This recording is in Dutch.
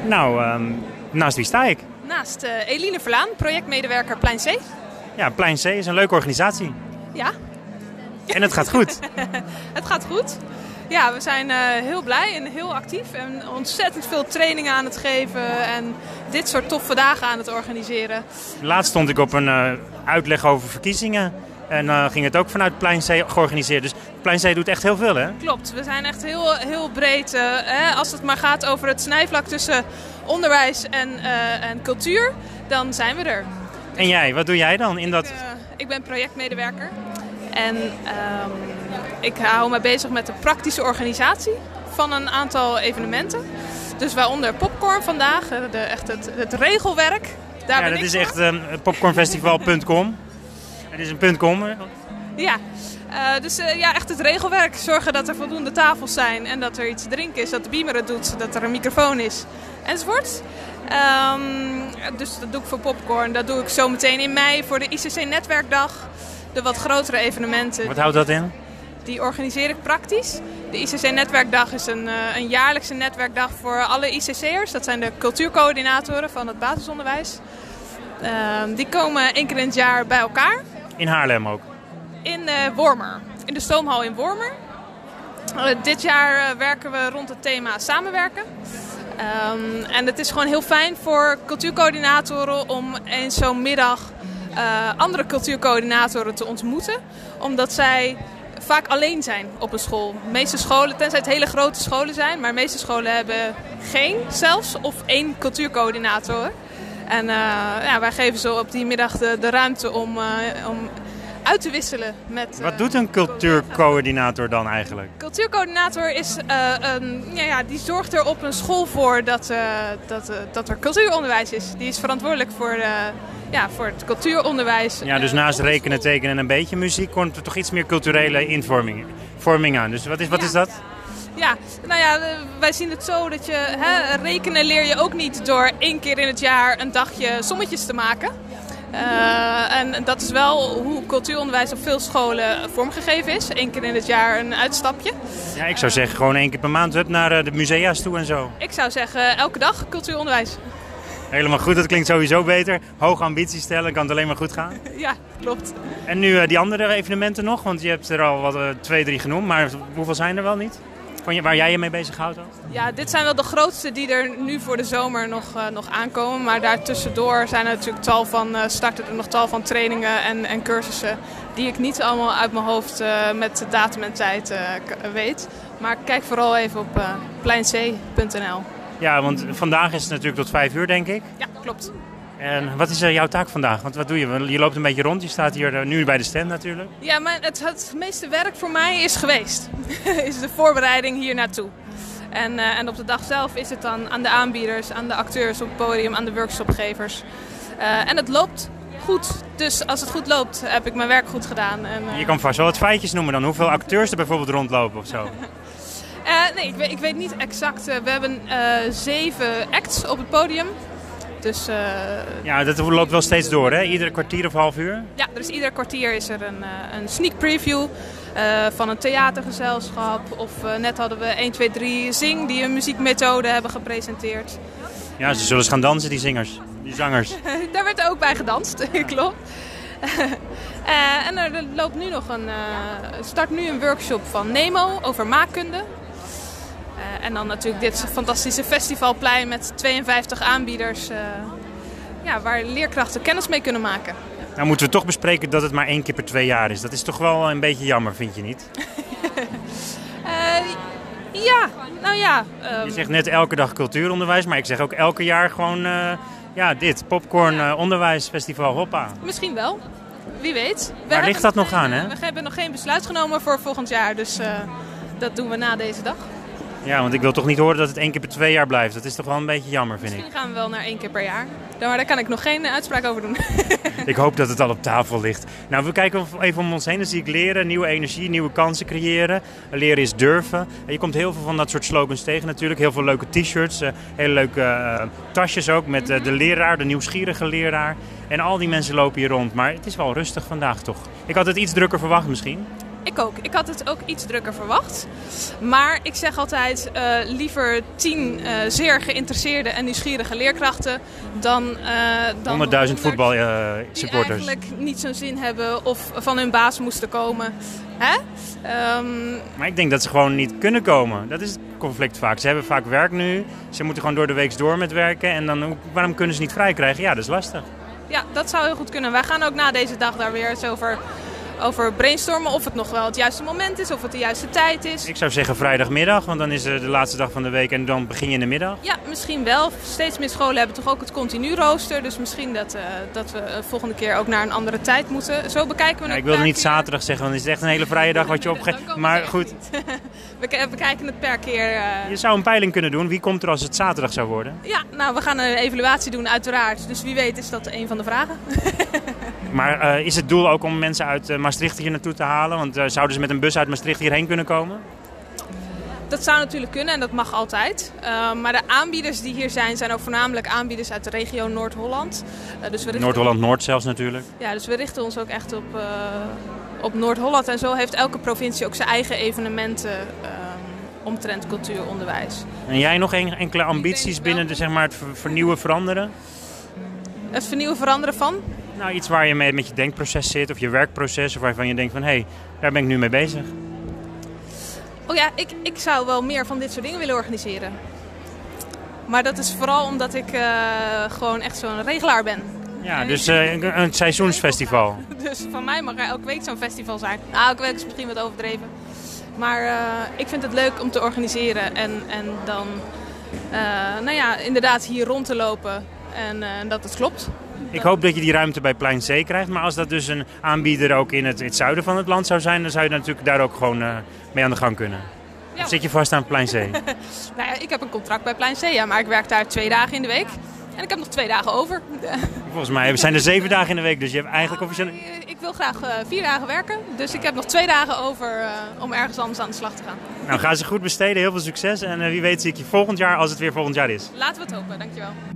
Nou, naast wie sta ik? Naast Eline Verlaan, projectmedewerker Plein C. Ja, Plein C is een leuke organisatie. Ja. En het gaat goed. Het gaat goed. Ja, we zijn heel blij en heel actief en ontzettend veel trainingen aan het geven en dit soort toffe dagen aan het organiseren. Laatst stond ik op een uitleg over verkiezingen en ging het ook vanuit Plein C georganiseerd. Dus Plein C doet echt heel veel, hè? Klopt, we zijn echt heel breed. Als het maar gaat over het snijvlak tussen onderwijs en cultuur, dan zijn we er. Dus en jij, wat doe jij dan in dat... Ik ben projectmedewerker. En ik hou me bezig met de praktische organisatie van een aantal evenementen. Dus waaronder Popcorn vandaag, echt het regelwerk. Daar ben dat ik is voor. echt popcornfestival.com. Het is een .com. Ja, dus echt het regelwerk. Zorgen dat er voldoende tafels zijn en dat er iets te drinken is, dat de beamer het doet, dat er een microfoon is enzovoort. Dus dat doe ik voor Popcorn. Dat doe ik zo meteen in mei voor de ICC-netwerkdag. De wat grotere evenementen. Wat houdt dat in? Die organiseer ik praktisch. De ICC-netwerkdag is een jaarlijkse netwerkdag voor alle ICC'ers. Dat zijn de cultuurcoördinatoren van het basisonderwijs. Die komen 1 keer in het jaar bij elkaar. In Haarlem ook? In Wormer. In de Stoomhal in Wormer. Dit jaar werken we rond het thema samenwerken. En het is gewoon heel fijn voor cultuurcoördinatoren om eens zo'n middag andere cultuurcoördinatoren te ontmoeten. Omdat zij vaak alleen zijn op een school. De meeste scholen, tenzij het hele grote scholen zijn, maar de meeste scholen hebben geen zelfs of 1 cultuurcoördinator. En wij geven ze op die middag de ruimte om uit te wisselen met... Wat doet een cultuurcoördinator dan eigenlijk? Cultuurcoördinator is, die zorgt er op een school voor dat er cultuuronderwijs is. Die is verantwoordelijk voor het cultuuronderwijs. Ja, dus naast rekenen, tekenen en een beetje muziek komt er toch iets meer culturele vorming aan. Dus wat is dat? Ja, wij zien het zo dat rekenen leer je ook niet door 1 keer in het jaar een dagje sommetjes te maken. En dat is wel hoe cultuuronderwijs op veel scholen vormgegeven is. 1 keer in het jaar een uitstapje. Ja, ik zou zeggen gewoon 1 keer per maand naar de musea's toe en zo. Ik zou zeggen elke dag cultuuronderwijs. Helemaal goed, dat klinkt sowieso beter. Hoge ambities stellen, kan het alleen maar goed gaan. Ja, klopt. En nu die andere evenementen nog, want je hebt er al 2, 3 genoemd. Maar hoeveel zijn er wel niet? Waar jij je mee bezighoudt ook? Ja, dit zijn wel de grootste die er nu voor de zomer nog aankomen. Maar daartussendoor zijn er natuurlijk starten er nog tal van trainingen en cursussen die ik niet allemaal uit mijn hoofd met datum en tijd weet. Maar kijk vooral even op pleinc.nl. Ja, want vandaag is het natuurlijk tot 5 uur, denk ik. Ja, klopt. En wat is jouw taak vandaag? Want wat doe je? Je loopt een beetje rond, je staat hier nu bij de stand natuurlijk. Ja, maar het meeste werk voor mij is geweest. Is de voorbereiding hier naartoe. En op de dag zelf is het dan aan de aanbieders, aan de acteurs op het podium, aan de workshopgevers. En het loopt goed. Dus als het goed loopt, heb ik mijn werk goed gedaan. Je kan vast wel wat feitjes noemen dan. Hoeveel acteurs er bijvoorbeeld rondlopen of zo? Nee, ik weet niet exact. We hebben 7 acts op het podium. Dus, ja, dat loopt wel steeds door, hè? Iedere kwartier of half uur? Ja, dus ieder kwartier is er een sneak preview van een theatergezelschap. Of net hadden we 1, 2, 3 Zing die een muziekmethode hebben gepresenteerd. Ja, ze zullen eens gaan dansen, die zangers. Daar werd ook bij gedanst, klopt. En er loopt nu start nu een workshop van Nemo over maakkunde. En dan natuurlijk dit fantastische festivalplein met 52 aanbieders waar leerkrachten kennis mee kunnen maken. Nou moeten we toch bespreken dat het maar 1 keer per 2 jaar is. Dat is toch wel een beetje jammer, vind je niet? Je zegt net elke dag cultuuronderwijs, maar ik zeg ook elke jaar gewoon dit, Popcorn onderwijsfestival, hoppa. Misschien wel, wie weet. Waar ligt dat nog aan, hè? We hebben nog geen besluit genomen voor volgend jaar, dus dat doen we na deze dag. Ja, want ik wil toch niet horen dat het 1 keer per 2 jaar blijft. Dat is toch wel een beetje jammer, vind ik. Misschien gaan we wel naar 1 keer per jaar. Maar daar kan ik nog geen uitspraak over doen. Ik hoop dat het al op tafel ligt. Nou, we kijken even om ons heen. Dan zie ik leren, nieuwe energie, nieuwe kansen creëren. Leren is durven. En je komt heel veel van dat soort slogans tegen natuurlijk. Heel veel leuke t-shirts, hele leuke tasjes ook met de leraar, de nieuwsgierige leraar. En al die mensen lopen hier rond. Maar het is wel rustig vandaag toch? Ik had het iets drukker verwacht misschien. Ik ook. Ik had het ook iets drukker verwacht. Maar ik zeg altijd liever 10 zeer geïnteresseerde en nieuwsgierige leerkrachten dan 100.000 voetbalsupporters. Die eigenlijk niet zo'n zin hebben of van hun baas moesten komen. Hè? Maar ik denk dat ze gewoon niet kunnen komen. Dat is het conflict vaak. Ze hebben vaak werk nu. Ze moeten gewoon door de week door met werken. En dan, waarom kunnen ze niet vrij krijgen? Ja, dat is lastig. Ja, dat zou heel goed kunnen. Wij gaan ook na deze dag daar weer eens over brainstormen of het nog wel het juiste moment is, of het de juiste tijd is. Ik zou zeggen vrijdagmiddag, want dan is het de laatste dag van de week en dan begin je in de middag. Ja, misschien wel. Steeds meer scholen hebben toch ook het continu rooster, dus misschien dat we volgende keer ook naar een andere tijd moeten. Zo bekijken we het. Ik wilde niet zaterdag zeggen, want het is echt een hele vrije dag wat je opgeeft. Maar goed. We bekijken het per keer. Je zou een peiling kunnen doen. Wie komt er als het zaterdag zou worden? Ja, nou we gaan een evaluatie doen uiteraard, dus wie weet is dat een van de vragen. Maar is het doel ook om mensen uit Maastricht hier naartoe te halen? Want zouden ze met een bus uit Maastricht hierheen kunnen komen? Dat zou natuurlijk kunnen en dat mag altijd. Maar de aanbieders die hier zijn ook voornamelijk aanbieders uit de regio Noord-Holland. Noord-Holland-Noord zelfs natuurlijk. Ja, dus we richten ons ook echt op Noord-Holland. En zo heeft elke provincie ook zijn eigen evenementen omtrent cultuuronderwijs. En jij nog enkele ambities binnen het vernieuwen, veranderen? Het vernieuwen, veranderen van? Nou, iets waar je mee met je denkproces zit of je werkproces. Of waarvan je denkt van, hé, daar ben ik nu mee bezig. Oh ja, ik zou wel meer van dit soort dingen willen organiseren. Maar dat is vooral omdat ik gewoon echt zo'n regelaar ben. Ja, dus een seizoensfestival. Dus van mij mag er elke week zo'n festival zijn. Nou, elke week is misschien wat overdreven. Maar ik vind het leuk om te organiseren en dan inderdaad hier rond te lopen en dat het klopt. Ik hoop dat je die ruimte bij Plein C krijgt. Maar als dat dus een aanbieder ook in het zuiden van het land zou zijn, dan zou je natuurlijk daar ook gewoon mee aan de gang kunnen. Ja. Of zit je vast aan Plein C? Nou ja, ik heb een contract bij Plein C, ja, maar ik werk daar 2 dagen in de week. En ik heb nog 2 dagen over. Volgens mij zijn er 7 dagen in de week, dus je hebt eigenlijk officieel... Ik wil graag 4 dagen werken, dus ik heb nog 2 dagen over om ergens anders aan de slag te gaan. Nou, ga ze goed besteden, heel veel succes en wie weet zie ik je volgend jaar als het weer volgend jaar is. Laten we het hopen, dankjewel.